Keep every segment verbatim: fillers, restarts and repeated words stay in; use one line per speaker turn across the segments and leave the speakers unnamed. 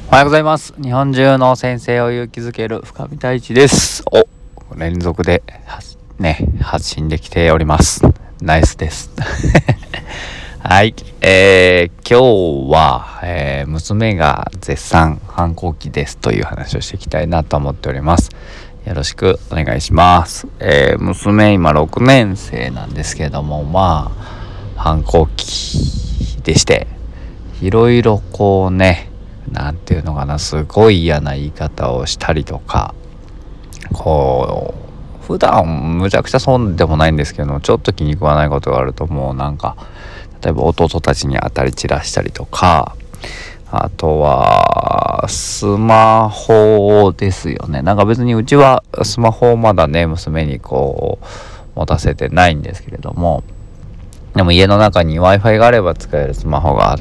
おはようございます。日本中の先生を勇気づける深見太一です。お、連続でね発信できております。ナイスですはい、えー、今日は、えー、娘が絶賛反抗期ですという話をしていきたいなと思っております。よろしくお願いします。えー、娘今ろくねん生なんですけれども、まあ反抗期でして、いろいろこうね、なんていうのかな、すごい嫌な言い方をしたりとか、こう普段むちゃくちゃそうでもないんですけど、ちょっと気に食わないことがあると、もうなんか例えば弟たちに当たり散らしたりとか、あとはスマホですよね。なんか別にうちはスマホをまだね娘にこう持たせてないんですけれども、でも家の中に Wi-Fi があれば使えるスマホがあって、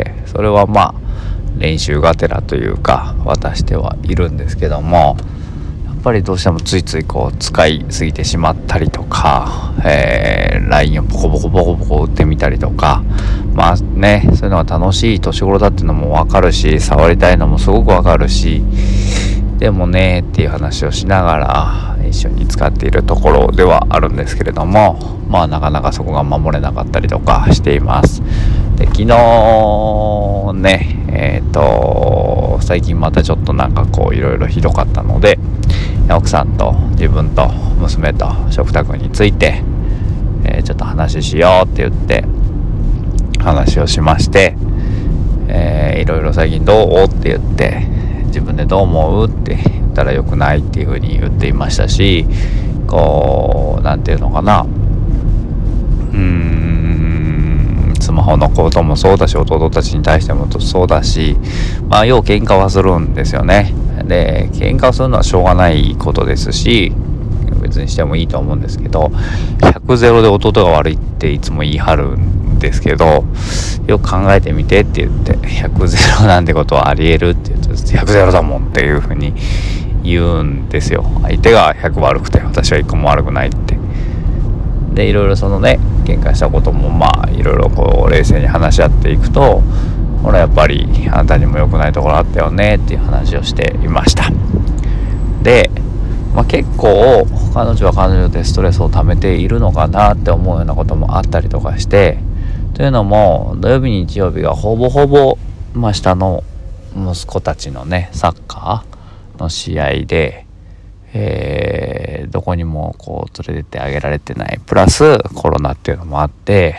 それはまあ練習がてらというか渡してはいるんですけども、やっぱりどうしてもついついこう使いすぎてしまったりとか、えー、ライン をポコポコポコポコ打ってみたりとか、まあね、そういうのが楽しい年頃だっていうのもわかるし、触りたいのもすごくわかるし、でもねっていう話をしながら一緒に使っているところではあるんですけれども、まあなかなかそこが守れなかったりとかしています。で、昨日ねえっ、ー、と最近またちょっとなんかこういろいろひどかったので、奥さんと自分と娘と食卓について、えー、ちょっと話しようって言って話をしまして、えー、いろいろ最近どうって言って、自分でどう思うって言ったら良くないっていうふうに言っていましたし、こうなんていうのかな、うーんスマホのこともそうだし、弟たちに対してもそうだし、まあよう喧嘩はするんですよね。で、喧嘩をするのはしょうがないことですし、別にしてもいいと思うんですけど、ひゃくゼロで弟が悪いっていつも言い張るんですけど、よく考えてみてって言って、ひゃくゼロなんてことはありえるって言うと、ひゃくゼロだもんっていうふうに言うんですよ。相手がひゃく悪くて私はいっこも悪くないって。で、いろいろそのね喧嘩したこともまあいろいろこう冷静に話し合っていくと、ほらやっぱりあなたにも良くないところあったよねっていう話をしていました。で、まあ、結構彼女は彼女でストレスを溜めているのかなって思うようなこともあったりとかして、というのも土曜日日曜日がほぼほぼ、まあ、下の息子たちのねサッカーの試合で、えー、どこにもこう連れてってあげられてない、プラスコロナっていうのもあって、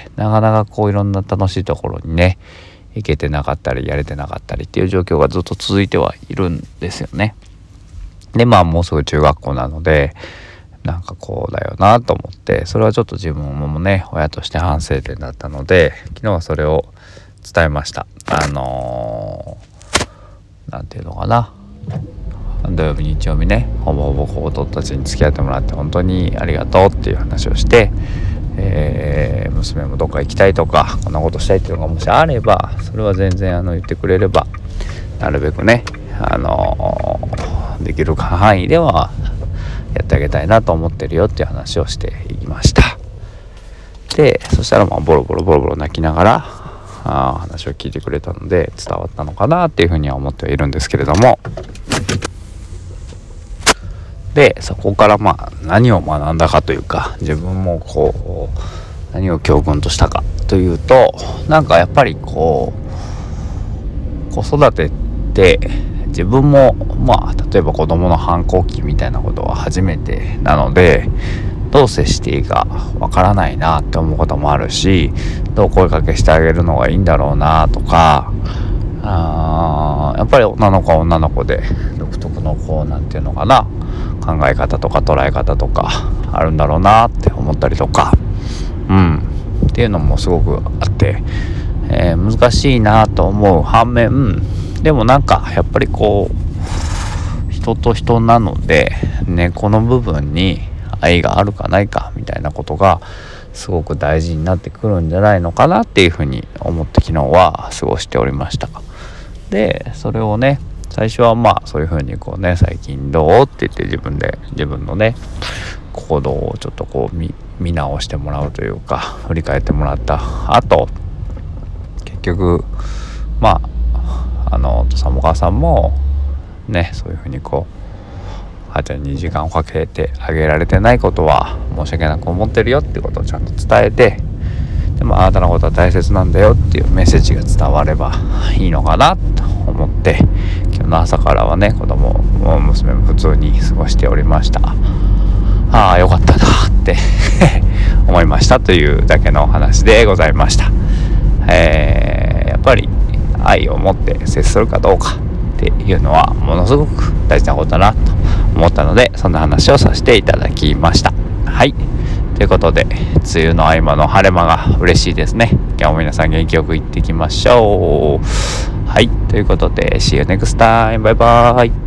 なかなかこういろんな楽しいところにね行けてなかったりやれてなかったりっていう状況がずっと続いてはいるんですよね。で、まあもうすぐ中学校なので、なんかこうだよなと思って、それはちょっと自分もね親として反省点だったので、昨日はそれを伝えました。あのー、なんていうのかな、土曜日日曜日ねほぼほぼ弟たちに付き合ってもらって本当にありがとうっていう話をして、えー、娘もどっか行きたいとかこんなことしたいっていうのがもしあれば、それは全然あの言ってくれれば、なるべくねあのー、できる範囲ではやってあげたいなと思ってるよっていう話をしていきました。で、そしたらまあボロボロボロボロ泣きながらあ話を聞いてくれたので伝わったのかなっていうふうには思ってはいるんですけれども、でそこからまあ何を学んだかというか、自分もこう何を教訓としたかというと、なんかやっぱりこう子育てって自分もまあ例えば子供の反抗期みたいなことは初めてなので、どう接していいかわからないなって思うこともあるし、どう声かけしてあげるのがいいんだろうなとか、あやっぱり女の子は女の子で独特のこうなんていうのかな、考え方とか捉え方とかあるんだろうなって思ったりとか、うんっていうのもすごくあって、えー、難しいなと思う反面、でもなんかやっぱりこう人と人なのでね、この部分に愛があるかないかみたいなことがすごく大事になってくるんじゃないのかなっていうふうに思って昨日は過ごしておりました。で、それをね最初はまあそういうふうにこうね、最近どうって言って自分で自分のね行動をちょっとこう 見, 見直してもらうというか振り返ってもらった後、結局まああの父さんもお母さんもね、そういうふうにこう母ちゃんに時間をかけてあげられてないことは申し訳なく思ってるよっていうことをちゃんと伝えて、でもあなたのことは大切なんだよっていうメッセージが伝わればいいのかなと思って、今日の朝からはね、子供も娘も普通に過ごしておりました。ああよかったなって思いましたというだけのお話でございました。えー、やっぱり愛を持って接するかどうかっていうのはものすごく大事なことだなと思ったので、そんな話をさせていただきました。はい、ということで梅雨の合間の晴れ間が嬉しいですね。今日も皆さん元気よく行ってきましょう。はい、ということで See you next time. バイバイ。